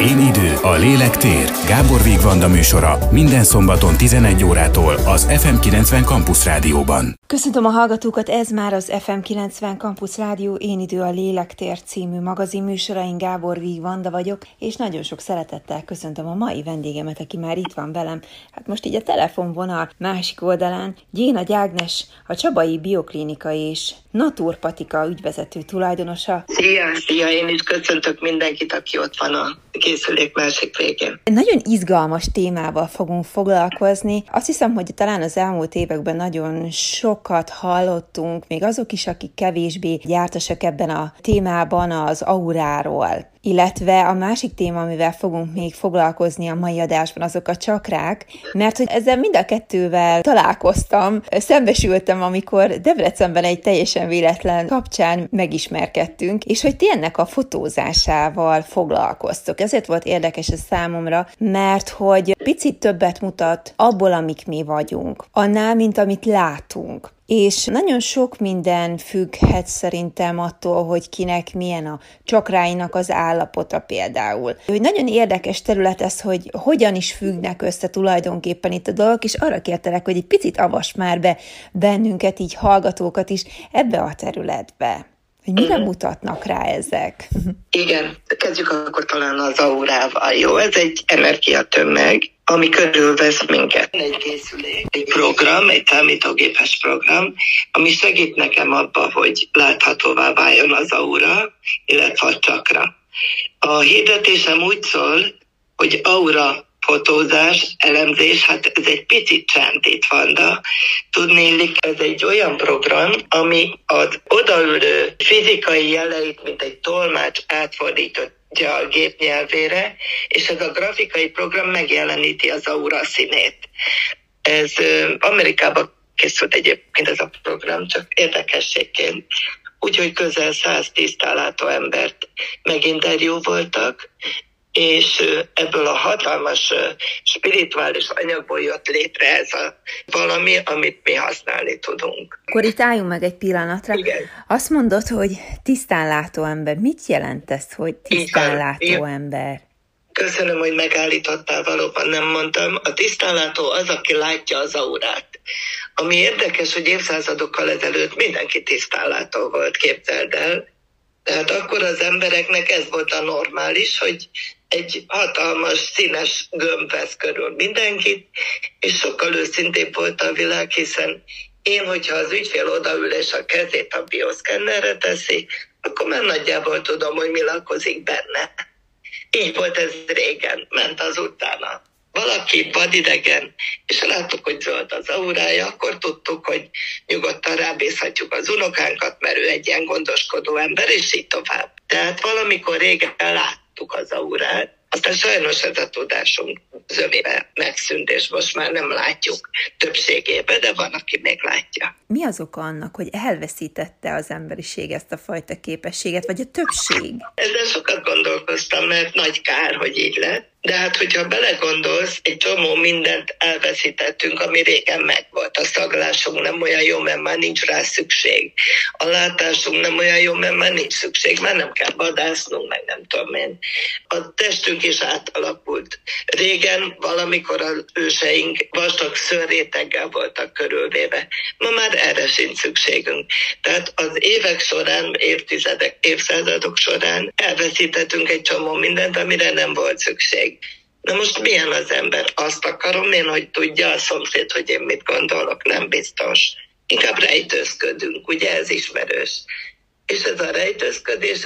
Én idő, a lélek tér. Gábor Vigvanda műsora minden szombaton 11 órától az FM 90 Campus Rádióban. Köszöntöm a hallgatókat, ez már az FM 90 Campus Rádió Én idő, a lélek tér című magazin műsora. Én Gábor Vigvanda vagyok, és nagyon sok szeretettel köszöntöm a mai vendégemet, aki már itt van velem. Hát most így a telefonvonal másik oldalán Gyénagy Ágnes, a Csabai Bioklinika és Naturpatika ügyvezető tulajdonosa. Szia, én is köszöntök mindenkit, aki ott van a készülék másik végén. Nagyon izgalmas témával fogunk foglalkozni. Azt hiszem, hogy talán az elmúlt években nagyon sokat hallottunk, még azok is, akik kevésbé jártasak ebben a témában, az auráról. Illetve a másik téma, amivel fogunk még foglalkozni a mai adásban, azok a csakrák, mert hogy ezzel mind a kettővel találkoztam, szembesültem, amikor Debrecenben egy teljesen véletlen kapcsán megismerkedtünk, és hogy ti ennek a fotózásával foglalkoztok. Ezért volt érdekes ez számomra, mert hogy picit többet mutat abból, amik mi vagyunk, annál, mint amit látunk. És nagyon sok minden függhet szerintem attól, hogy kinek milyen a csakráinak az állapota például. Hogy nagyon érdekes terület ez, hogy hogyan is függnek össze tulajdonképpen itt a dolgok, és arra kértelek, hogy egy picit avass már be bennünket, így hallgatókat is ebbe a területbe. Hogy mire mutatnak rá ezek? Igen, kezdjük akkor talán az aurával. Jó, ez egy energiatömeg, ami körülvesz minket. Egy készülék, egy program, egy számítógépes program, ami segít nekem abba, hogy láthatóvá váljon az aura, illetve a csakra. A hirdetésem úgy szól, hogy aura fotózás, elemzés, hát ez egy picit sántítva, de tudnélik, ez egy olyan program, ami az odaülő fizikai jeleit, mint egy tolmács átfordítja a gép nyelvére, és ez a grafikai program megjeleníti az aura színét. Ez Amerikában készült egyébként ez a program, csak érdekességként. Úgyhogy közel 100 tisztánlátó embert meginterjúvoltak, és ebből a hatalmas spirituális anyagból jött létre ez a valami, amit mi használni tudunk. Akkor itt álljunk meg egy pillanatra. Igen. Azt mondod, hogy tisztánlátó ember. Mit jelent ez, hogy tisztánlátó ember? Köszönöm, hogy megállítottál, valóban nem mondtam. A tisztánlátó az, aki látja az aurát. Ami érdekes, hogy évszázadokkal ezelőtt mindenki tisztánlátó volt, képzeld el. Tehát akkor az embereknek ez volt a normális, hogy egy hatalmas, színes gömb vesz körül mindenkit, és sokkal őszintébb volt a világ, hiszen hogyha az ügyfél odaül és a kezét a bioszkennerre teszi, akkor már nagyjából tudom, hogy mi lakozik benne. Így volt ez régen, ment az utána. Valaki vadidegen, és láttuk, hogy zöld az aurája, akkor tudtuk, hogy nyugodtan rábízhatjuk az unokánkat, mert ő egy ilyen gondoskodó ember, és így tovább. Tehát valamikor régen láttuk az aurát, aztán sajnos ez a tudásunk zömébe megszűnt, és most már nem látjuk többségében, de van, aki még látja. Mi az oka annak, hogy elveszítette az emberiség ezt a fajta képességet, vagy a többség? Ezzel sokat gondolkoztam, mert nagy kár, hogy így lett. De hát, hogyha belegondolsz, egy csomó mindent elveszítettünk, ami régen megvolt. A szaglásunk nem olyan jó, mert már nincs rá szükség. A látásunk nem olyan jó, mert már nincs szükség. Már nem kell vadásznunk, meg nem tudom én. A testünk is átalakult. Régen valamikor az őseink vastag szőrréteggel voltak körülvéve. Ma már erre sincs szükségünk. Tehát az évek során, évszázadok során elveszítettünk egy csomó mindent, amire nem volt szükség. Na most milyen az ember? Azt akarom én, hogy tudja a szomszéd, hogy én mit gondolok, nem biztos. Inkább rejtőzködünk, ugye ez ismerős. És ez a rejtőzködés,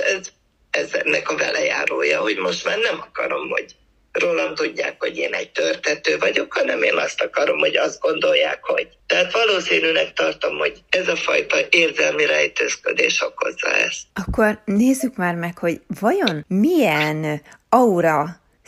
ez ennek a velejárója, hogy most már nem akarom, hogy rólam tudják, hogy én egy törtető vagyok, hanem én azt akarom, hogy azt gondolják, hogy. Tehát valószínűleg tartom, hogy ez a fajta érzelmi rejtőzködés okozza ezt. Akkor nézzük már meg, hogy vajon milyen aura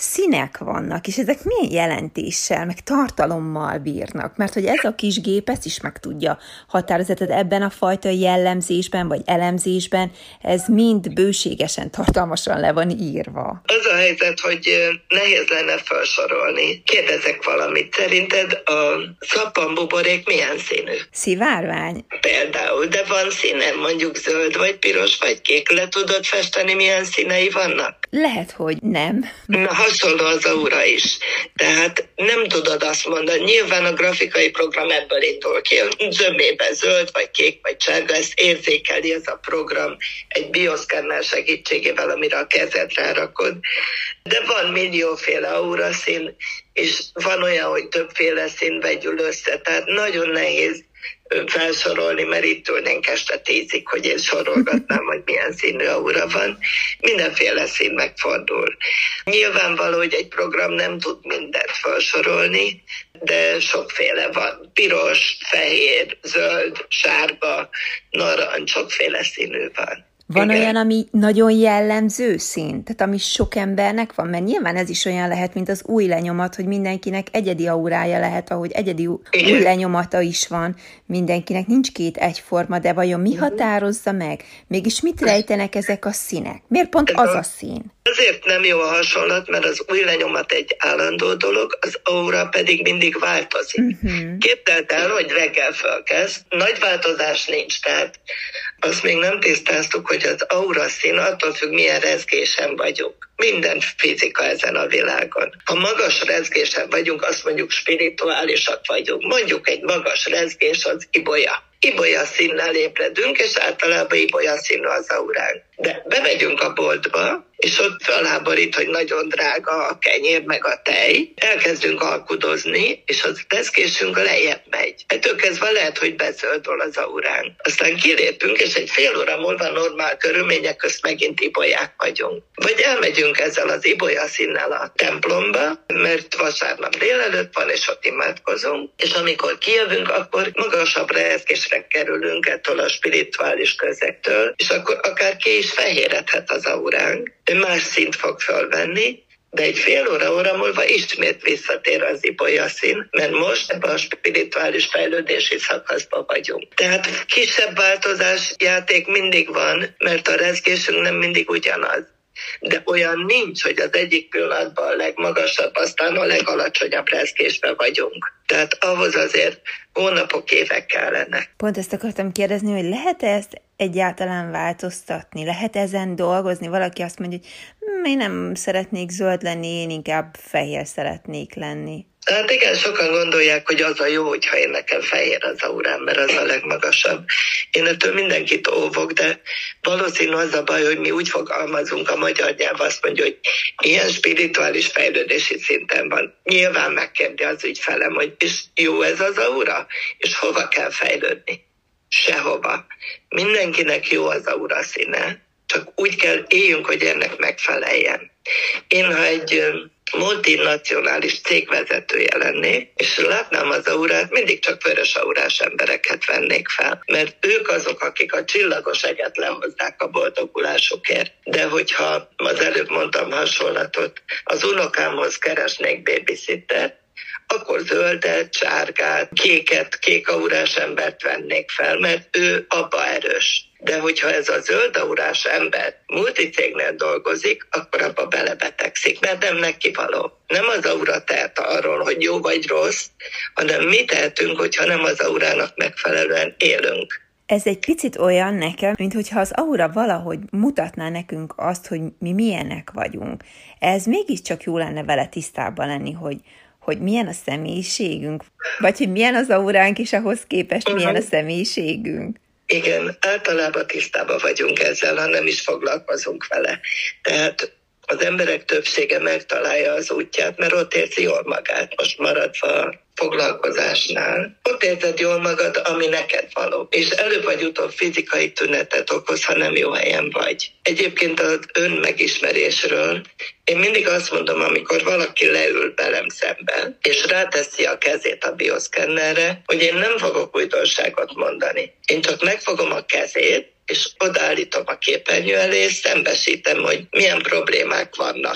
színek vannak, és ezek milyen jelentéssel, meg tartalommal bírnak, mert hogy ez a kis gép ezt is meg tudja határozni, tehát ebben a fajta jellemzésben, vagy elemzésben ez mind bőségesen, tartalmasan le van írva. Az a helyzet, hogy nehéz lenne felsorolni. Kérdezek valamit. Szerinted a szappanbuborék milyen színű? Szivárvány. Például, de van színe, mondjuk zöld, vagy piros, vagy kék. Le tudod festeni, milyen színei vannak? Lehet, hogy nem. Na, hasonló az aura is. Tehát nem tudod azt mondani. Nyilván a grafikai program ebből indul ki. Zömében zöld, vagy kék, vagy sárga, ezt érzékeli ez a program egy bioszkenner segítségével, amire a kezed rárakod. De van millióféle auraszín, és van olyan, hogy többféle szín vegyül össze. Tehát nagyon nehéz felsorolni, mert itt ülnénk este 10-ig, hogy én sorolgatnám, hogy milyen színű aura van. Mindenféle szín megfordul. Nyilvánvaló, hogy egy program nem tud mindent felsorolni, de sokféle van. Piros, fehér, zöld, sárga, narancs, sokféle színű van. Van olyan, ami nagyon jellemző szín? Tehát ami sok embernek van? Mert nyilván ez is olyan lehet, mint az új lenyomat, hogy mindenkinek egyedi aurája lehet, ahogy egyedi új lenyomata is van. Mindenkinek nincs két egyforma, de vajon mi határozza meg? Mégis mit rejtenek ezek a színek? Miért pont az a szín? Azért nem jó a hasonlat, mert az új lenyomat egy állandó dolog, az aura pedig mindig változik. Képzeld el, hogy reggel fölkezd, nagy változás nincs, tehát azt még nem tisztáztuk, hogy az aura szín attól függ, milyen rezgésen vagyunk. Minden fizika ezen a világon. Ha magas rezgésen vagyunk, azt mondjuk spirituálisak vagyunk. Mondjuk egy magas rezgés az ibolya. Ibolya színnel ébredünk, és általában ibolya színű az auránk. De bemegyünk a boltba, és ott felháborít, hogy nagyon drága a kenyér meg a tej. Elkezdünk alkudozni, és az rezgésünk lejjebb megy. Ettől kezdve lehet, hogy bezöldül az auránk. Aztán kilépünk, és egy fél óra múlva normál körülmények közt megint ibolyák vagyunk. Vagy elmegyünk ezzel az ibolya színnel a templomba, mert vasárnap délelőtt van, és ott imádkozunk. És amikor kijövünk, akkor magasabb rezgésre kerülünk ettől a spirituális közektől, és akkor akár ki is fehéredhet az auránk. Más színt fog felvenni, de egy fél óra múlva ismét visszatér az ibolya szín, mert most ebben a spirituális fejlődési szakaszban vagyunk. Tehát kisebb változás játék mindig van, mert a rezgésünk nem mindig ugyanaz. De olyan nincs, hogy az egyik pillanatban a legmagasabb, aztán a legalacsonyabb rezgésben vagyunk. Tehát ahhoz azért hónapok, évek kellene. Pont ezt akartam kérdezni, hogy lehet ezt egyáltalán változtatni? Lehet ezen dolgozni? Valaki azt mondja, hogy én nem szeretnék zöld lenni, én inkább fehér szeretnék lenni. Hát igen, sokan gondolják, hogy az a jó, hogyha én nekem fehér az aurám, mert az a legmagasabb. Én ettől mindenkit óvok, de valószínű az a baj, hogy mi úgy fogalmazunk, a magyar nyelv azt mondja, hogy ilyen spirituális fejlődési szinten van. Nyilván megkérdi az ügyfelem, hogy és jó ez az aura? És hova kell fejlődni? Sehova. Mindenkinek jó az aura színe, csak úgy kell éljünk, hogy ennek megfeleljen. Én, ha egy multinacionális cégvezetője lennék, és látnám az aurát, mindig csak vörös aurás embereket vennék fel, mert ők azok, akik a csillagos eget lehozzák a boldogulásukért. De hogyha az előbb mondtam hasonlatot, az unokámhoz keresnék babysittert, akkor zöldet, sárgát, kéket, kékaurás embert vennék fel, mert ő abba erős. De hogyha ez a zöld aurás ember multicégnél dolgozik, akkor abba belebetegszik, mert nem neki való. Nem az aura tehet arról, hogy jó vagy rossz, hanem mi tehetünk, hogyha nem az aurának megfelelően élünk. Ez egy picit olyan nekem, mintha az aura valahogy mutatná nekünk azt, hogy mi milyenek vagyunk. Ez mégiscsak jó lenne vele tisztában lenni, hogy milyen a személyiségünk, vagy hogy milyen az auránk, és ahhoz képest milyen a személyiségünk. Igen, általában tisztában vagyunk ezzel, ha nem is foglalkozunk vele. Tehát az emberek többsége megtalálja az útját, mert ott érzi jól magát, most maradva a foglalkozásnál. Ott érzed jól magad, ami neked való. És előbb vagy utóbb fizikai tünetet okoz, ha nem jó helyen vagy. Egyébként az önmegismerésről én mindig azt mondom, amikor valaki leül velem szemben, és ráteszi a kezét a bioszkennerre, hogy én nem fogok újdonságot mondani. Én csak megfogom a kezét, és odaállítom a képernyő elé, és szembesítem, hogy milyen problémák vannak.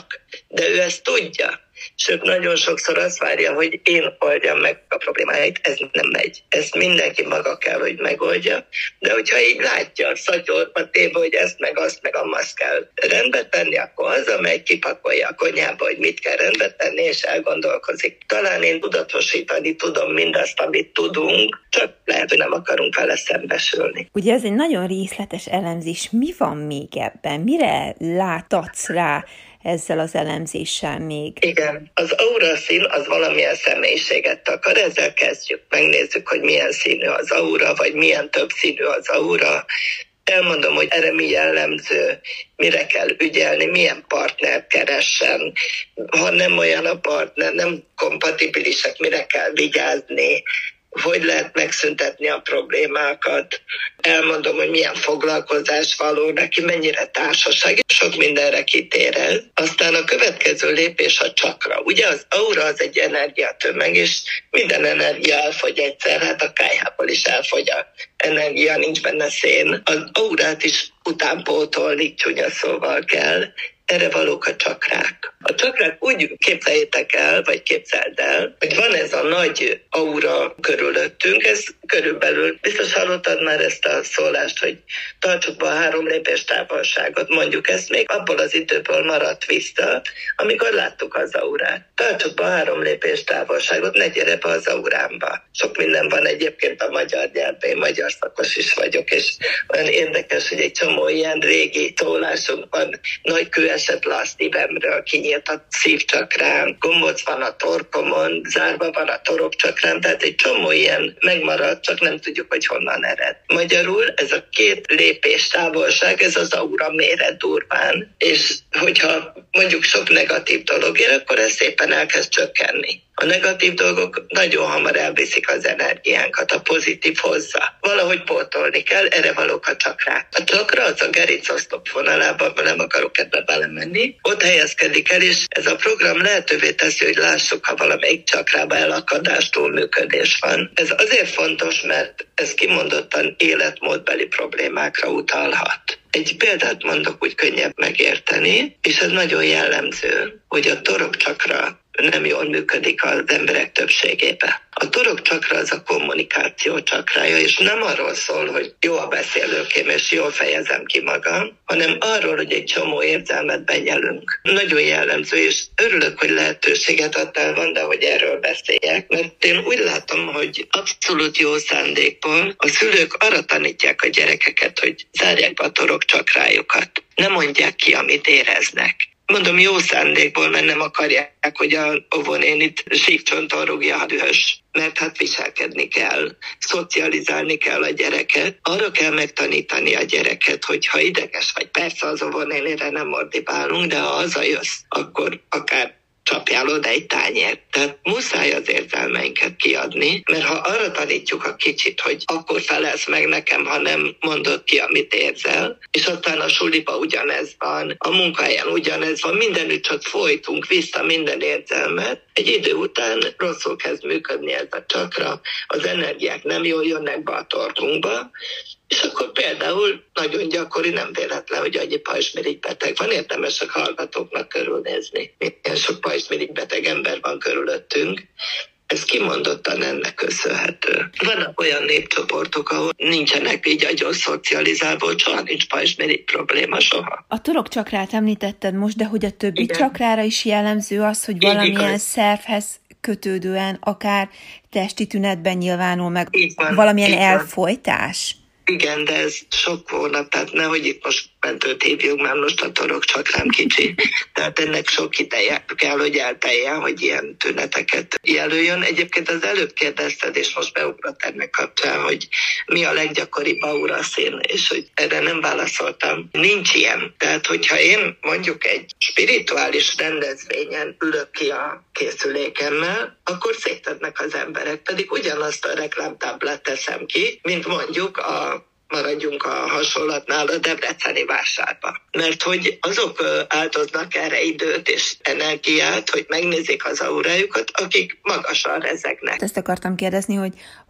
de ő ezt tudja. Sőt, nagyon sokszor azt várja, hogy én oldjam meg a problémáit, ez nem megy. Ezt mindenki maga kell, hogy megoldja, de hogyha így látja szatyorba téve, hogy ezt meg azt meg amazt kell rendbe tenni, akkor hazamegy, kipakolja a konyhába, hogy mit kell rendbe tenni, és elgondolkozik. Talán én tudatosítani tudom mindazt, amit tudunk, csak lehet, hogy nem akarunk vele szembesülni. Ugye ez egy nagyon részletes elemzés. Mi van még ebben? Mire láthatsz rá ezzel az elemzéssel még? Igen, az aura szín az valamilyen személyiséget takar, ezzel kezdjük. Megnézzük, hogy milyen színű az aura, vagy milyen több színű az aura. Elmondom, hogy erre mi jellemző, mire kell ügyelni, milyen partnert keressen. Ha nem olyan a partner, nem kompatibilisek, mire kell vigyázni, hogy lehet megszüntetni a problémákat. Elmondom, hogy milyen foglalkozás való neki, mennyire társaság, sok mindenre kitér ez. Aztán a következő lépés a csakra. Ugye az aura az egy energiatömeg, és minden energia elfogy egyszer, hát a kályhából is elfogy a energia, nincs benne szén. Az aurát is utánpótolni, csúnya szóval kell. Erre valók a csakrák. A csakrák úgy képzeljétek el, vagy képzeld el, hogy van ez a nagy aura körülöttünk, ez körülbelül, biztos hallottad már ezt a szólást, hogy tartsuk be a 3 lépés távolságot, mondjuk ezt még abból az időből maradt vissza, amikor láttuk az aurát. Tartsuk be a 3 lépés távolságot, ne gyere be az aurámba. Sok minden van egyébként a magyar nyelvben, én magyar szakos is vagyok, és olyan érdekes, hogy egy csomó ilyen régi szólásunk van, nagy kő esett le a szívemről, kinyílt a szívcsakrám, gombóc van a torkomon, zárva van a torokcsakrám, tehát egy csomó ilyen megmaradt, csak nem tudjuk, hogy honnan ered. Magyarul ez a 2 lépés távolság, ez az aura méret durván, és hogyha mondjuk sok negatív dolog ér, akkor ez szépen elkezd csökkenni. A negatív dolgok nagyon hamar elviszik az energiánkat, a pozitív hozzá. Valahogy pótolni kell, erre valók a csakrák. A csakra az a gerincoszlop vonalában, nem akarok ebbe belemenni, ott helyezkedik el, és ez a program lehetővé teszi, hogy lássuk, ha valamelyik csakrába elakadás, túlműködés van. Ez azért fontos, mert ez kimondottan életmódbeli problémákra utalhat. Egy példát mondok, úgy könnyebb megérteni, és ez nagyon jellemző, hogy a torokcsakra nem jól működik az emberek többségében. A torokcsakra az a kommunikáció csakrája, és nem arról szól, hogy jó a beszélőkém, és jól fejezem ki magam, hanem arról, hogy egy csomó érzelmet benyelünk. Nagyon jellemző, és örülök, hogy lehetőséget adtál, van, de hogy erről beszéljek, mert én úgy látom, hogy abszolút jó szándékból a szülők arra tanítják a gyerekeket, hogy zárják be a torokcsakrájukat. Nem mondják ki, amit éreznek. Mondom jó szándékból, mert nem akarják, hogy a óvónénit síkcsonton rúgja a dühös, mert hát viselkedni kell, szocializálni kell a gyereket. Arra kell megtanítani a gyereket, hogy ha ideges vagy, persze az óvónénire nem ordibálunk, de ha hazajössz, akkor akár csapjál oda egy tányért. Tehát muszáj az érzelmeinket kiadni, mert ha arra tanítjuk a kicsit, hogy akkor felelsz meg nekem, ha nem mondod ki, amit érzel, és aztán a suliba ugyanez van, a munkahelyen ugyanez van, mindenütt csak folytunk vissza minden érzelmet, egy idő után rosszul kezd működni ez a csakra, az energiák nem jól jönnek be a torkunkba, és akkor például nagyon gyakori, nem véletlen, hogy annyi pajzsmirigy beteg van, érdemes a hallgatóknak körülnézni. Milyen sok pajzsmirigy beteg ember van körülöttünk. Ez kimondottan ennek köszönhető. Vannak olyan népcsoportok, ahol nincsenek így agyon szocializálva, hogy soha nincs pajzsmirigy probléma, soha. A torokcsakrát említetted most, de hogy a többi csakrára is jellemző az, hogy valamilyen szervhez kötődően, akár testi tünetben nyilvánul meg valamilyen elfojtás? Igen, de ez sok hónap, tehát nehogy itt most mentőt hívjuk, már most a torokcsakrám kicsi. Tehát ennek sok ideje kell, hogy elteljen, hogy ilyen tüneteket jelöljön. Egyébként az előbb kérdezted, és most beugrott ennek kapcsán, hogy mi a leggyakoribb auraszín, és hogy erre nem válaszoltam. Nincs ilyen. Tehát, hogyha én mondjuk egy spirituális rendezvényen ülök ki a készülékemmel, akkor szétadnak az emberek, pedig ugyanazt a reklámtáblát teszem ki, mint mondjuk maradjunk a hasonlatnál a debreceni vásárba. Mert hogy azok áldoznak erre időt és energiát, hogy megnézik az aurájukat, akik magasan rezegnek. Ezt akartam kérdezni,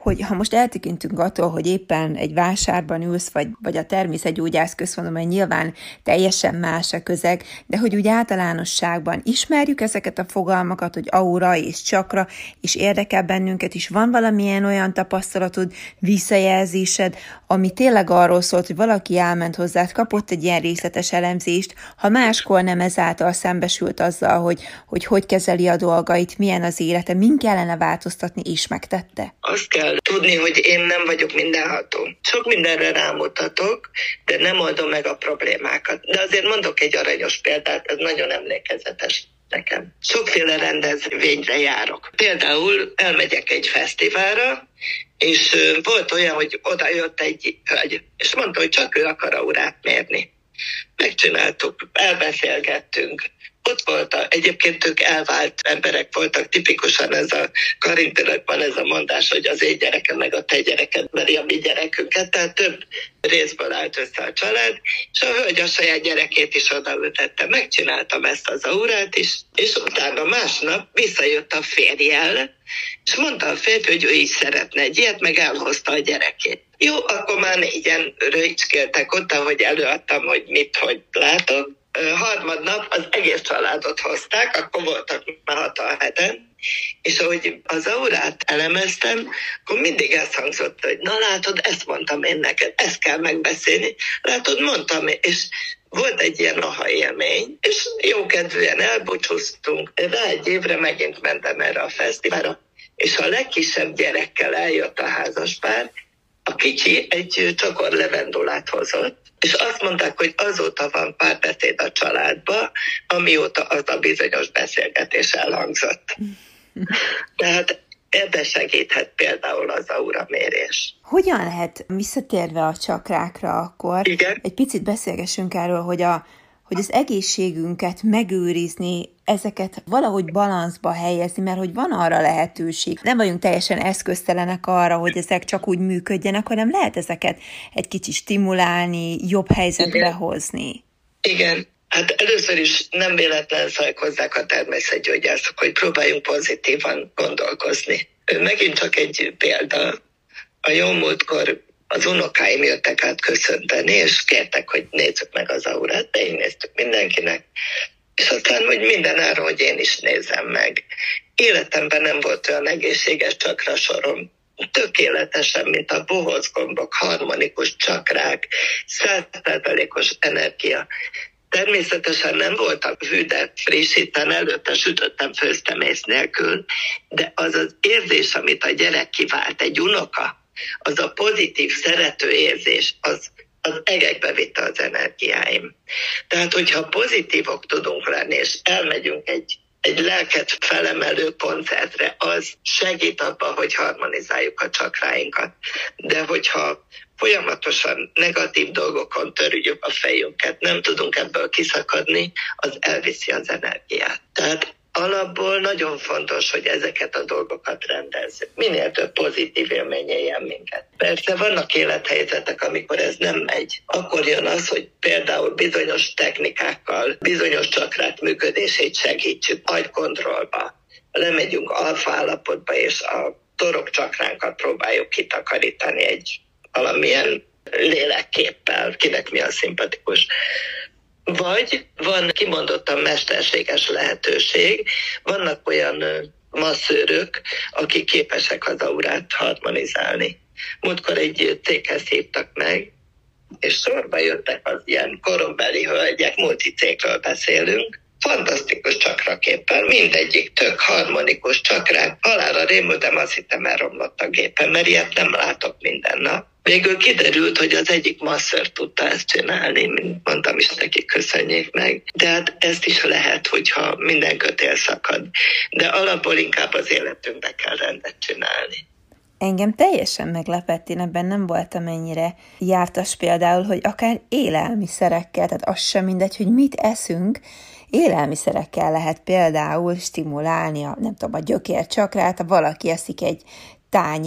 hogy ha most eltekintünk attól, hogy éppen egy vásárban ülsz, vagy a természetgyógyász központban, mert nyilván teljesen más a közeg, de hogy úgy általánosságban ismerjük ezeket a fogalmakat, hogy aura és csakra, és érdekel bennünket is. Van valamilyen olyan tapasztalatod, visszajelzésed, ami tényleg arról szólt, hogy valaki elment hozzád, kapott egy ilyen részletes elemzést, ha máskor nem ezáltal szembesült azzal, hogy kezeli a dolgait, milyen az élete, min kellene változtatni, és megtette? Azt kell tudni, hogy én nem vagyok mindenható. Sok mindenre rámutatok, de nem oldom meg a problémákat. De azért mondok egy aranyos példát, ez nagyon emlékezetes nekem. Sokféle rendezvényre járok. Például elmegyek egy fesztiválra, és volt olyan, hogy oda jött egy hölgy, és mondta, hogy csak ő akar aurát mérni. Megcsináltuk, elbeszélgettünk. Ott volt, egyébként ők elvált emberek voltak, tipikusan ez a karintirakban ez a mondás, hogy az én gyerekem meg a te gyereked veri a mi gyerekünket, tehát több részből állt össze a család, és a hölgy a saját gyerekét is odaültette. Megcsináltam ezt az aurát is, és utána másnap visszajött a férjel, és mondta a férfi, hogy ő is szeretne egy ilyet, meg elhozta a gyerekét. Jó, akkor már négyen röicskéltek ott, ahogy előadtam, hogy mit, hogy látok. Harmadnap az egész családot hozták, akkor voltak már 6-7-en, és ahogy az aurát elemeztem, akkor mindig ezt hangzott, hogy na látod, ezt mondtam én neked, ezt kell megbeszélni. Látod, mondtam, és volt egy ilyen aha élmény, és jókedvűen elbúcsúztunk. Rá egy évre megint mentem erre a fesztiválra, és a legkisebb gyerekkel eljött a házaspár, a kicsi egy csokor levendulát hozott, és azt mondták, hogy azóta van párbeszéd a családba, amióta az a bizonyos beszélgetés elhangzott. Tehát ebbe segíthet például az auramérés. Hogyan lehet, visszatérve a csakrákra akkor, igen? Egy picit beszélgessünk erről, hogy az egészségünket megőrizni, ezeket valahogy balanszba helyezni, mert hogy van arra lehetőség. Nem vagyunk teljesen eszköztelenek arra, hogy ezek csak úgy működjenek, hanem lehet ezeket egy kicsit stimulálni, jobb helyzetbe hozni. Igen. Hát először is nem véletlen szajkozzák a természetgyógyászok, hogy próbáljunk pozitívan gondolkozni. Megint csak egy példa. A jó múltkor az unokáim jöttek át köszönteni, és kértek, hogy nézzük meg az aurát, de így néztük mindenkinek. És aztán, hogy mindenáron, hogy én is nézzem meg. Életemben nem volt olyan egészséges csakra sorom. Tökéletesen, mint a bohózgombok, harmonikus csakrák, 100%-os energia. Természetesen nem voltam hű, de friss, hiszen előtte sütöttem, főztem ész nélkül, de az az érzés, amit a gyerek kivált, egy unoka, az a pozitív, szerető érzés, az egekbe vitte az energiáim. Tehát, hogyha pozitívok tudunk lenni, és elmegyünk egy lelket felemelő koncertre, az segít abban, hogy harmonizáljuk a csakráinkat. De hogyha folyamatosan negatív dolgokon törjük a fejünket, nem tudunk ebből kiszakadni, az elviszi az energiát. Tehát alapból nagyon fontos, hogy ezeket a dolgokat rendezzük. Minél több pozitív élmény éljen minket. Persze vannak élethelyzetek, amikor ez nem megy. Akkor jön az, hogy például bizonyos technikákkal, bizonyos csakrák működését segítsük agykontrollba. Lemegyünk alfa állapotba, és a torokcsakránkat próbáljuk kitakarítani egy valamilyen lélekképpel, kinek mi a szimpatikus. Vagy van kimondottan mesterséges lehetőség, vannak olyan masszőrök, akik képesek az aurát harmonizálni. Múltkor egy céghez hívtak meg, és sorba jöttek az ilyen korombeli hölgyek, multicégről beszélünk, fantasztikus csakraképpel, mindegyik tök harmonikus csakrák. Halálra rémültem, azt hittem elromlott a gépen, mert ilyet nem látok minden nap. Végül kiderült, hogy az egyik masször tudta ezt csinálni, mondtam is neki, köszönjék meg. De hát ezt is lehet, hogyha minden kötél szakad. De alapból inkább az életünkbe kell rendet csinálni. Engem teljesen meglepett, én ebben nem voltam ennyire jártas például, hogy akár élelmiszerekkel, tehát az sem mindegy, hogy mit eszünk, élelmiszerekkel lehet például stimulálni a gyökércsakrát, ha valaki eszik egy tányér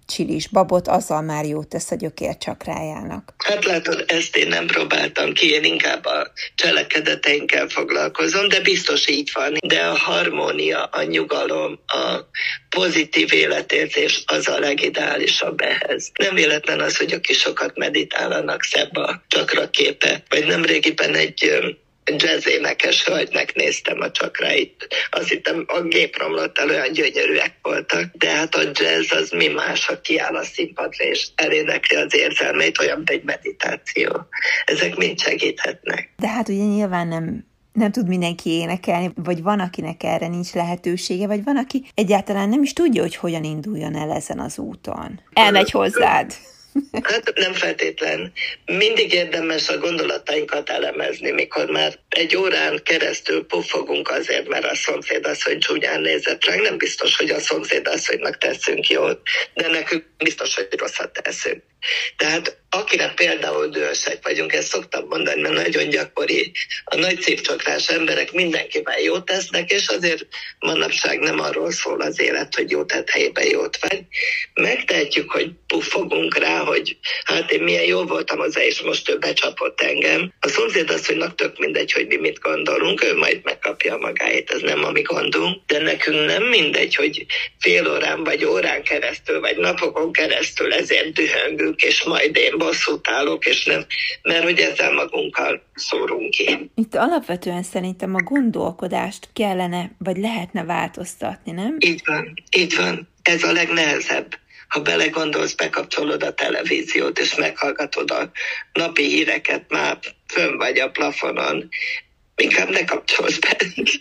csilis babot, azzal már jót tesz a gyökércsakrájának. Hát látod, ezt én nem próbáltam ki, én inkább a cselekedeteinkkel foglalkozom, de biztos így van. De a harmónia, a nyugalom, a pozitív életérzés az a legideálisabb ehhez. Nem véletlen az, hogy aki sokat meditálnak, szebb a csakra képe. Vagy nemrégiben egy jazzénekes hölgynek néztem a csakráit. Azt hittem, a gép romlott el, olyan gyönyörűek voltak. De hát a jazz az mi más, ha kiáll a színpadra és elénekli az érzelmeit, olyan, mint egy meditáció. Ezek mind segíthetnek. De hát ugye nyilván nem tud mindenki énekelni, vagy van, akinek erre nincs lehetősége, vagy van, aki egyáltalán nem is tudja, hogy hogyan induljon el ezen az úton. Elmegy hozzád. Hát nem feltétlen. Mindig érdemes a gondolatainkat elemezni, mikor már egy órán keresztül puffogunk azért, mert a szomszédasszony csúnyán nézett ránk. Nem biztos, hogy a szomszédasszonynak teszünk jót, de nekünk biztos, hogy rosszat teszünk. Tehát akinek például dühösek vagyunk, ezt szoktam mondani, mert nagyon gyakori, a nagy szívcsakrás emberek mindenkivel jót tesznek, és azért manapság nem arról szól az élet, hogy jó tett helyében jót vagy. Megtehetjük, hogy puffogunk rá, hogy hát én milyen jó voltam hozzá, és most ő becsapott engem. A szomszédasszonynak tök mindegy, hogy mi mit gondolunk, ő majd megkapja a magáét, ez nem a mi gondunk, de nekünk nem mindegy, hogy fél órán, vagy órán keresztül, vagy napokon keresztül ezért dühöngünk, és majd én bosszút állok, és nem, mert hogy ezzel magunkkal szórunk ki. Itt alapvetően szerintem a gondolkodást kellene, vagy lehetne változtatni, nem? Így van. Ez a legnehezebb. Ha belegondolsz, bekapcsolod a televíziót, és meghallgatod a napi híreket, már fönn vagy a plafonon, inkább ne kapcsolsz be.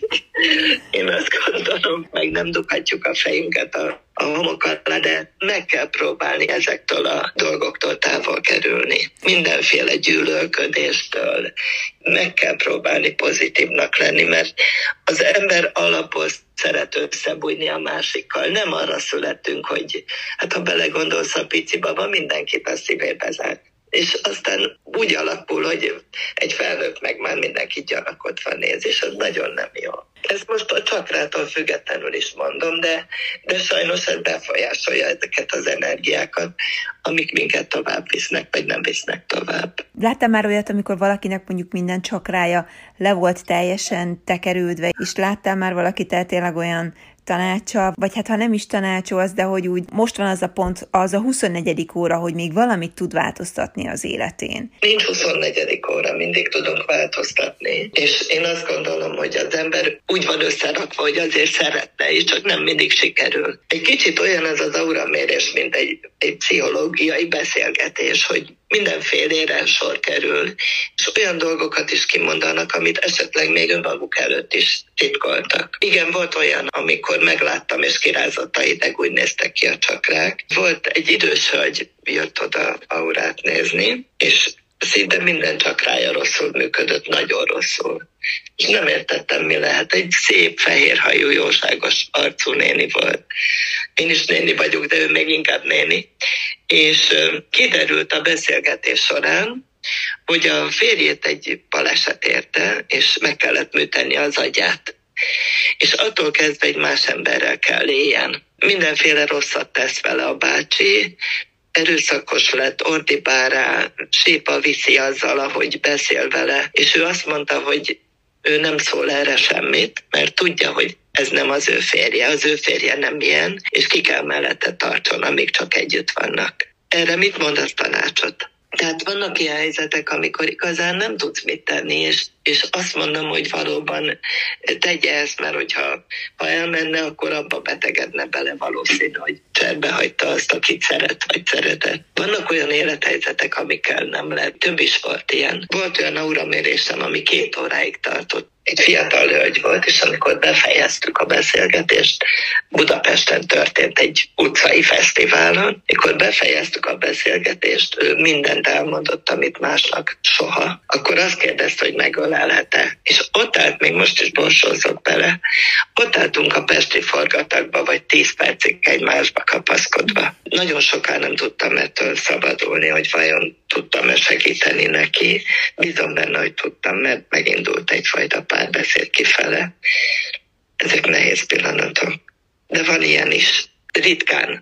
Én azt gondolom, meg nem dughatjuk a fejünket a homok alá, de meg kell próbálni ezektől a dolgoktól távol kerülni. Mindenféle gyűlölködéstől meg kell próbálni pozitívnak lenni, mert az ember alapból szeret összebújni a másikkal. Nem arra születünk, hogy hát ha belegondolsz a pici baba, mindenkit a szívébe zár. És aztán úgy alakul, hogy egy felnőtt meg már mindenki gyanakodva néz, és az nagyon nem jó. Ezt most a csakrától függetlenül is mondom, de sajnos ez befolyásolja ezeket az energiákat, amik minket tovább visznek, vagy nem visznek tovább. Láttál már olyat, amikor valakinek mondjuk minden csakrája le volt teljesen tekerődve, és láttál már valakit tényleg olyan tanácsa, vagy hát ha nem is tanácsolsz, de hogy úgy most van az a pont, az a 24. óra, hogy még valamit tud változtatni az életén. Nincs 24. óra, mindig tudunk változtatni. És én azt gondolom, hogy az ember úgy van összerakva, hogy azért szeretne, és csak nem mindig sikerül. Egy kicsit olyan ez az auramérés, mint egy pszichológiai beszélgetés, hogy mindenfélére sor kerül, és olyan dolgokat is kimondanak, amit esetleg még önmaguk előtt is titkoltak. Igen, volt olyan, amikor megláttam, és kirázott a hideg, úgy néztek ki a csakrák. Volt egy idős hölgy, jött oda aurát nézni, és szinte minden csakrája rosszul működött, nagyon rosszul. És nem értettem, mi lehet. Egy szép, fehérhajú, jóságos arcú néni volt. Én is néni vagyok, de ő még inkább néni. És kiderült a beszélgetés során, hogy a férjét egy baleset érte, és meg kellett műteni az agyát. És attól kezdve egy más emberrel kell éljen. Mindenféle rosszat tesz vele a bácsi, erőszakos lett, ordibál rá, sípa viszi azzal, ahogy beszél vele, és ő azt mondta, hogy ő nem szól erre semmit, mert tudja, hogy ez nem az ő férje nem ilyen, és ki kell mellette tartson, amíg csak együtt vannak. Erre mit mondasz tanácsot? Tehát vannak ilyen helyzetek, amikor igazán nem tudsz mit tenni, és azt mondom, hogy valóban tegye ezt, mert hogyha elmenne, akkor abba betegedne bele valószínű, hogy cserbe hagyta azt, akit szeret vagy szeretett. Vannak olyan élethelyzetek, amikkel nem lehet. Több is volt ilyen. Volt olyan auramérésem, ami 2 óráig tartott. Egy fiatal hölgy volt, és amikor befejeztük a beszélgetést, Budapesten történt egy utcai fesztiválon, mikor befejeztük a beszélgetést, ő mindent elmondott, amit másnak soha. Akkor azt kérdezte, hogy megölelhet-e. És ott állt, még most is borsózok bele, ott álltunk a pesti forgatagba, vagy 10 percig egymásba kapaszkodva. Nagyon soká nem tudtam ettől szabadulni, hogy vajon tudtam-e segíteni neki. Bízom benne, hogy tudtam, mert megindult egyfajta párbeszéd kifele. Ezek nehéz pillanatok. De van ilyen is. Ritkán.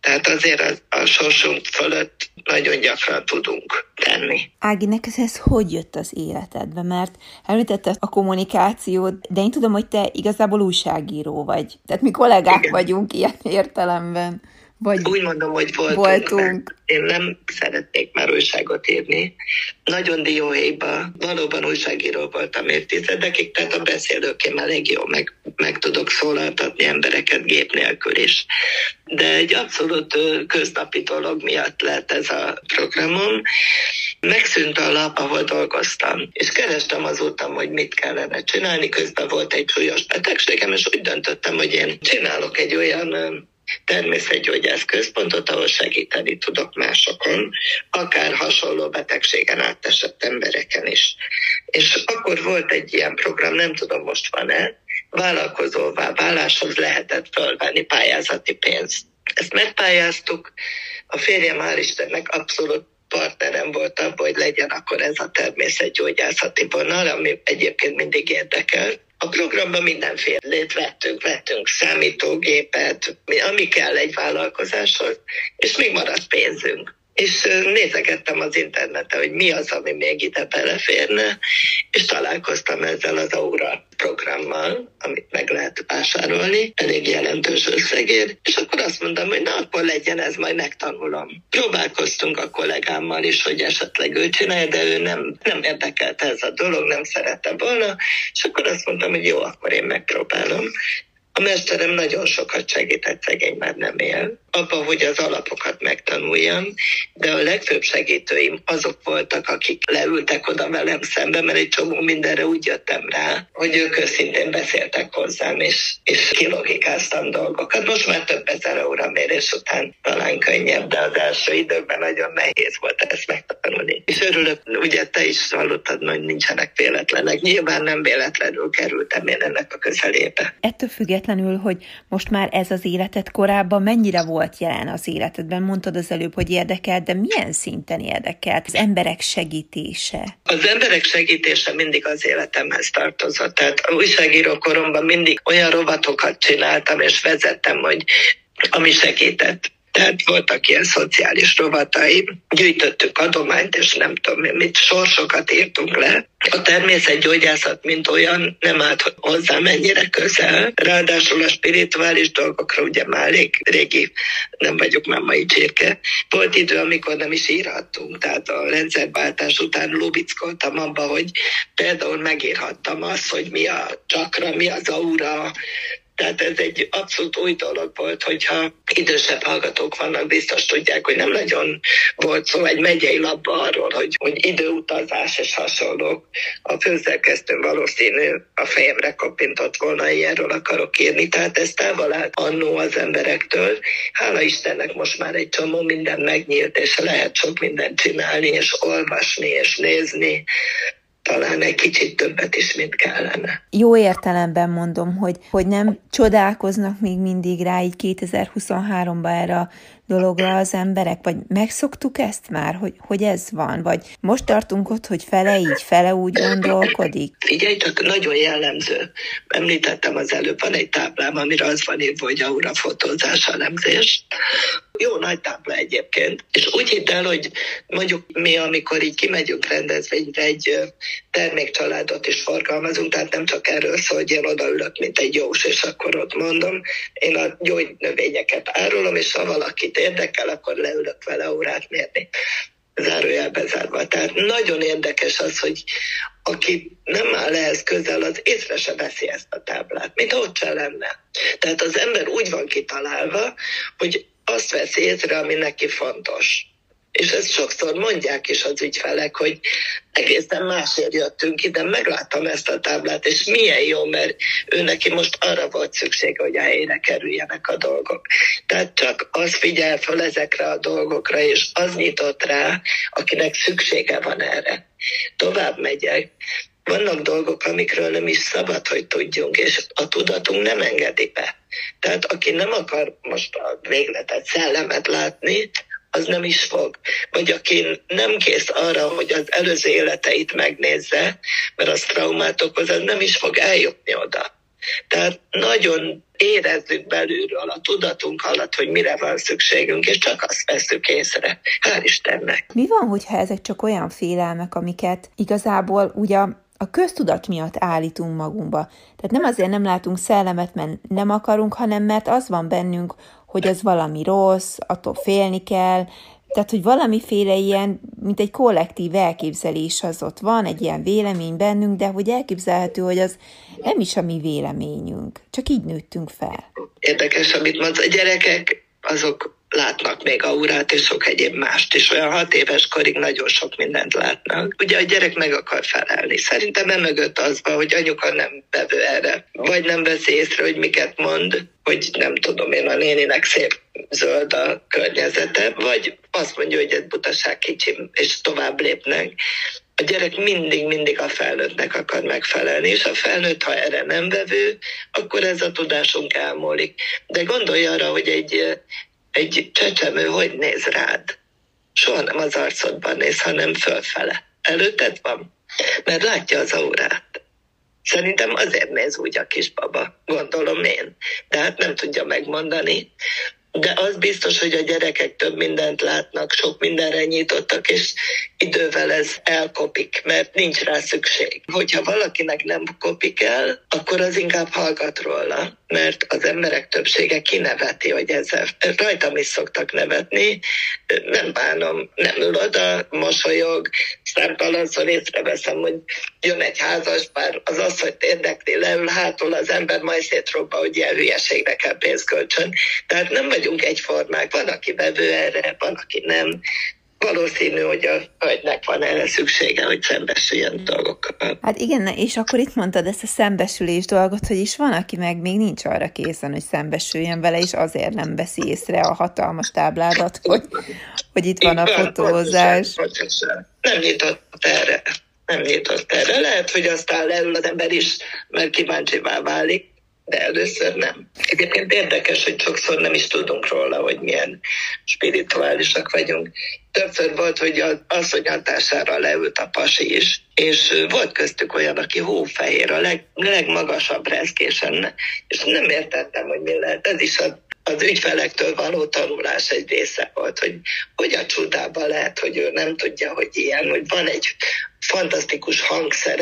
Tehát azért a sorsunk fölött nagyon gyakran tudunk tenni. Ági, neked ez hogy jött az életedbe? Mert említetted a kommunikációt, de én tudom, hogy te igazából újságíró vagy. Tehát mi kollégák Igen. vagyunk ilyen értelemben. Vagy úgy mondom, hogy voltunk. Én nem szeretnék már újságot írni. Nagyon dióhéjban, valóban újságíró voltam évtizedekig, tehát a beszélőkém elég jó, meg tudok szólaltatni embereket gép nélkül is. De egy abszolút köznapi dolog miatt lett ez a programom. Megszűnt a lap, ahol dolgoztam, és kerestem azóta, hogy mit kellene csinálni. Közben volt egy súlyos betegségem, és úgy döntöttem, hogy én csinálok egy olyan természetgyógyász központot, ahol segíteni tudok másokon, akár hasonló betegségen átesett embereken is. És akkor volt egy ilyen program, nem tudom most van-e, vállalkozóvá váláshoz lehetett fölvenni pályázati pénzt. Ezt megpályáztuk, a férjem hál' Istennek abszolút partnerem volt abban, hogy legyen akkor ez a természetgyógyászati vonal, ami egyébként mindig érdekelt. A programban mindenfélét vettünk számítógépet, ami kell egy vállalkozáshoz, és még maradt pénzünk. És nézegettem az interneten, hogy mi az, ami még ide beleférne, és találkoztam ezzel az Aura programmal, amit meg lehet vásárolni, elég jelentős összegért, és akkor azt mondtam, hogy na, akkor legyen ez, majd megtanulom. Próbálkoztunk a kollégámmal is, hogy esetleg ő csinálja, de ő nem érdekelte ez a dolog, nem szerette volna, és akkor azt mondtam, hogy jó, akkor én megpróbálom. A mesterem nagyon sokat segített, szegény már nem él, abban, hogy az alapokat megtanuljam, de a legfőbb segítőim azok voltak, akik leültek oda velem szembe, mert egy csomó mindenre úgy jöttem rá, hogy ők őszintén beszéltek hozzám, és kilogikáztam dolgokat. Most már több ezer óramérés után talán könnyebb, de az első időkben nagyon nehéz volt ezt megtanulni. És örülök, ugye te is hallottad, hogy nincsenek véletlenek. Nyilván nem véletlenül kerültem én ennek a közelébe. Ettől függetlenül, hogy most már ez az életed korábban mennyire volt jelen az életedben? Mondtad az előbb, hogy érdekelt, de milyen szinten érdekelt az emberek segítése? Az emberek segítése mindig az életemhez tartozott. Tehát a újságíró koromban mindig olyan rovatokat csináltam és vezettem, hogy ami segített. Tehát voltak ilyen szociális rovataim, gyűjtöttük adományt, és nem tudom mit, sorsokat írtunk le. A természetgyógyászat, mint olyan, nem állt hozzám ennyire közel. Ráadásul a spirituális dolgokra ugye már elég régi, nem vagyok már mai csirke. Volt idő, amikor nem is írhattunk, tehát a rendszerváltás után lubickoltam abba, hogy például megírhattam azt, hogy mi a csakra, mi az aura. Tehát ez egy abszolút új dolog volt, hogyha idősebb hallgatók vannak, biztos tudják, hogy nem nagyon volt szó egy megyei labba arról, hogy időutazás és hasonlók. A főszerkesztőn valószínű a fejemre koppintott volna, ilyenről akarok írni. Tehát ez távol állt annó az emberektől. Hála Istennek most már egy csomó minden megnyílt, és lehet sok mindent csinálni, és olvasni, és nézni. Talán egy kicsit többet is, mint kellene. Jó értelemben mondom, hogy nem csodálkoznak még mindig rá így 2023-ban erre a dologra az emberek, vagy megszoktuk ezt már, hogy ez van, vagy most tartunk ott, hogy fele így, fele úgy gondolkodik? Figyelj, csak nagyon jellemző. Említettem az előbb, van egy táblám, amire az van írva, hogy Aura fotózás, elemzés. Jó nagy tábla egyébként. És úgy hidd el, hogy mondjuk mi, amikor így kimegyünk rendezvényre, egy termékcsaládot is forgalmazunk, tehát nem csak erről szól, hogy én odaülök, mint egy jós, és akkor ott mondom. Én a gyógynövényeket árulom, és ha valakit érdekel, akkor leülök vele órát mérni. Zárójelbe zárva. Tehát nagyon érdekes az, hogy aki nem áll ehhez közel, az észre se veszi ezt a táblát, mint ott se lenne. Tehát az ember úgy van kitalálva, hogy azt veszi észre, ami neki fontos. És ezt sokszor mondják is az ügyfelek, hogy egészen másért jöttünk ide, megláttam ezt a táblát, és milyen jó, mert ő neki most arra volt szüksége, hogy a helyre kerüljenek a dolgok. Tehát csak az figyel fel ezekre a dolgokra, és az nyitott rá, akinek szüksége van erre. Tovább megyek. Vannak dolgok, amikről nem is szabad, hogy tudjunk, és a tudatunk nem engedi be. Tehát aki nem akar most a végletet, szellemet látni, az nem is fog. Vagy aki nem kész arra, hogy az előző életeit megnézze, mert az traumát okoz, az nem is fog eljutni oda. Tehát nagyon érezzük belülről a tudatunk alatt, hogy mire van szükségünk, és csak azt vesszük észre. Hál' Istennek! Mi van, hogyha ezek csak olyan félelmek, amiket igazából ugye a köztudat miatt állítunk magunkba? Tehát nem azért nem látunk szellemet, mert nem akarunk, hanem mert az van bennünk, hogy az valami rossz, attól félni kell, tehát, hogy valamiféle ilyen, mint egy kollektív elképzelés az ott van, egy ilyen vélemény bennünk, de hogy elképzelhető, hogy az nem is a mi véleményünk. Csak így nőttünk fel. Érdekes, amit mondsz. A gyerekek, azok látnak még aurát és sok egyéb mást is. Olyan 6 éves korig nagyon sok mindent látnak. Ugye a gyerek meg akar felelni. Szerintem emögött az van, hogy anyuka nem vevő erre. Vagy nem veszi észre, hogy miket mond, hogy nem tudom én, a néninek szép zöld a környezete, vagy azt mondja, hogy ez butaság kicsim, és tovább lépnek. A gyerek mindig a felnőttnek akar megfelelni, és a felnőtt, ha erre nem vevő, akkor ez a tudásunk elmúlik. De gondolj arra, hogy egy csecsemő hogy néz rád? Soha nem az arcodban néz, hanem fölfele. Előtted van, mert látja az aurát. Szerintem azért néz úgy a kisbaba, gondolom én. De hát nem tudja megmondani. De az biztos, hogy a gyerekek több mindent látnak, sok mindenre nyitottak, és idővel ez elkopik, mert nincs rá szükség. Hogyha valakinek nem kopik el, akkor az inkább hallgat róla, mert az emberek többsége kineveti, hogy ezzel rajtam is szoktak nevetni, nem bánom, nem ül oda, mosolyog, számtalanszor észreveszem, hogy jön egy házaspár, az az, hogy érdekli, leül hátul az ember, majd szétrobba, hogy ilyen hülyeségre kell pénzkölcsön. Tehát nem vagyunk egyformák, van, aki vevő erre, van, aki nem. Valószínű, hogy a hölgynek van erre szüksége, hogy szembesüljön dolgokkal. Hát igen, és akkor itt mondtad ezt a szembesülés dolgot, hogy is van, aki meg még nincs arra készen, hogy szembesüljön vele, és azért nem veszi észre a hatalmas tábládat, hogy itt van a fotózás. Nem nyitott erre. Lehet, hogy aztán leül az ember is, mert kíváncsivá válik, de először nem. Egyébként érdekes, hogy sokszor nem is tudunk róla, hogy milyen spirituálisak vagyunk. Többször volt, hogy az asszony hatására leült a pasi is, és volt köztük olyan, aki hófehér, a legmagasabb reszkésen, és nem értettem, hogy mi lehet. Ez is az ügyfelektől való tanulás egy része volt, hogy a csodában lehet, hogy ő nem tudja, hogy ilyen, hogy van egy fantasztikus hangszere,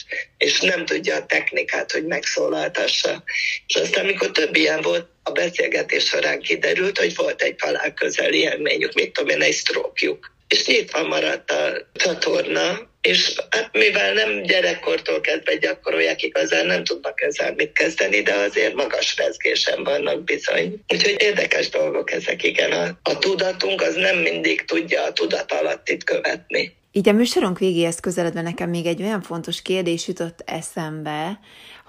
és nem tudja a technikát, hogy megszólaltassa. És aztán, amikor több ilyen volt, a beszélgetés során kiderült, hogy volt egy halálközeli élményük, mit tudom én, egy sztrókjuk. És nyitva maradt a csatorna, és hát mivel nem gyerekkortól kezdve gyakorolják, igazán nem tudnak ezzel mit kezdeni, de azért magas rezgésen vannak bizony. Úgyhogy érdekes dolgok ezek, igen. A tudatunk az nem mindig tudja a tudat alattit követni. Így a műsorunk végéhez közeledve nekem még egy olyan fontos kérdés jutott eszembe,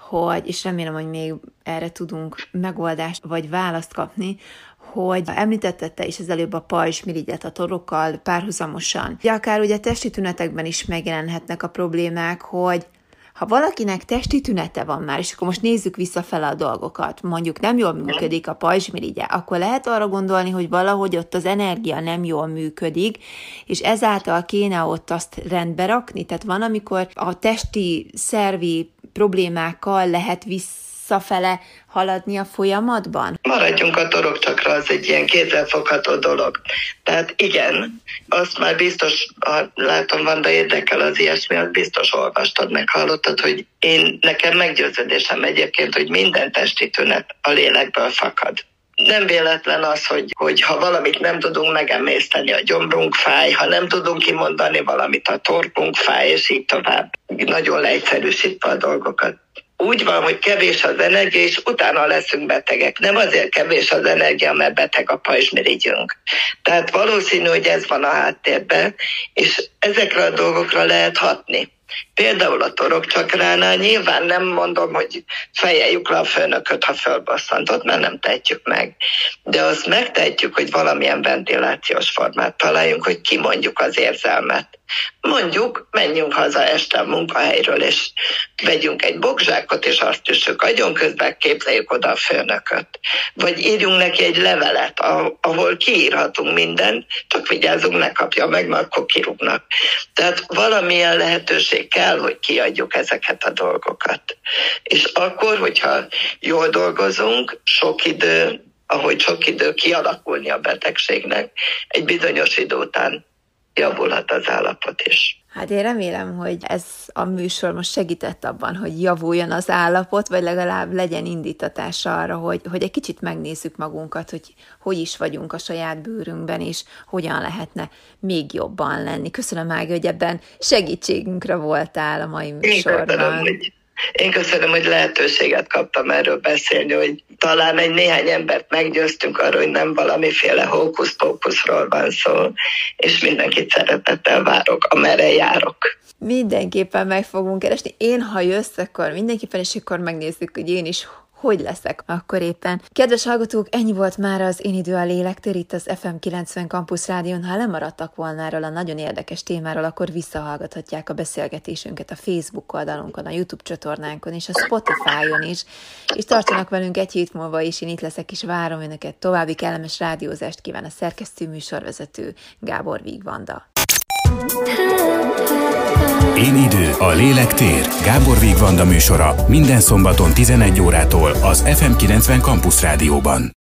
és remélem, hogy még erre tudunk megoldást vagy választ kapni, hogy említetted te is az előbb a pajzsmirigyet a torokkal párhuzamosan. Ugye akár ugye testi tünetekben is megjelenhetnek a problémák, hogy ha valakinek testi tünete van már, és akkor most nézzük visszafele a dolgokat, mondjuk nem jól működik a pajzsmirigye, akkor lehet arra gondolni, hogy valahogy ott az energia nem jól működik, és ezáltal kéne ott azt rendbe rakni. Tehát van, amikor a testi szervi problémákkal lehet visszafele haladni a folyamatban? Maradjunk a torokcsakra, az egy ilyen kézzelfogható dolog. Tehát igen, azt már biztos, ha látom, Vanda, érdekel az ilyesmi, azt biztos olvastad, meghallottad, hogy nekem meggyőződésem egyébként, hogy minden testi tünet a lélekből fakad. Nem véletlen az, hogy ha valamit nem tudunk megemészteni, a gyomrunk fáj, ha nem tudunk kimondani valamit, a torkunk fáj, és így tovább. Nagyon leegyszerűsítve a dolgokat. Úgy van, hogy kevés az energia, és utána leszünk betegek. Nem azért kevés az energia, mert beteg a pajzsmirigyünk. Tehát valószínű, hogy ez van a háttérben, és ezekre a dolgokra lehet hatni. Például a torokcsakránál nyilván nem mondom, hogy fejeljük le a főnököt, ha fölbosszantott, mert nem tehetjük meg. De azt megtehetjük, hogy valamilyen ventilációs formát találjunk, hogy kimondjuk az érzelmet. Mondjuk, menjünk haza este a munkahelyről, és vegyünk egy bokzsákot, és azt üssük agyon, közben képzeljük oda a főnököt. Vagy írjunk neki egy levelet, ahol kiírhatunk mindent, csak vigyázzunk, ne kapja meg, mert akkor kirúgnak. Tehát valamilyen lehetőség lehetőség kell, hogy kiadjuk ezeket a dolgokat. És akkor, hogyha jól dolgozunk, sok idő kialakulni a betegségnek, egy bizonyos idő után javulhat az állapot is. Hát én remélem, hogy ez a műsor most segített abban, hogy javuljon az állapot, vagy legalább legyen indítatása arra, hogy egy kicsit megnézzük magunkat, hogy is vagyunk a saját bőrünkben, és hogyan lehetne még jobban lenni. Köszönöm, Ági, hogy ebben segítségünkre voltál a mai műsorban. Én köszönöm, hogy lehetőséget kaptam erről beszélni, hogy talán néhány embert meggyőztünk arról, hogy nem valamiféle hókusz-pókuszról van szó, és mindenkit szeretettel várok, amerre járok. Mindenképpen meg fogunk keresni. Én, ha jössz, akkor mindenképpen, és akkor megnézzük, hogy én is hogy leszek akkor éppen. Kedves hallgatók, ennyi volt már az Én idő a lélektér itt az FM 90 Campus Rádión. Ha lemaradtak volna erről a nagyon érdekes témáról, akkor visszahallgathatják a beszélgetésünket a Facebook oldalunkon, a YouTube csatornánkon és a Spotify-on is. És tartsanak velünk egy hét múlva is, én itt leszek és várom önöket. További kellemes rádiózást kíván a szerkesztő műsorvezető Gábor Vigvanda. Én idő, a lélektér. Gábor Vigvanda műsora minden szombaton 11 órától az FM 90 Campus Rádióban.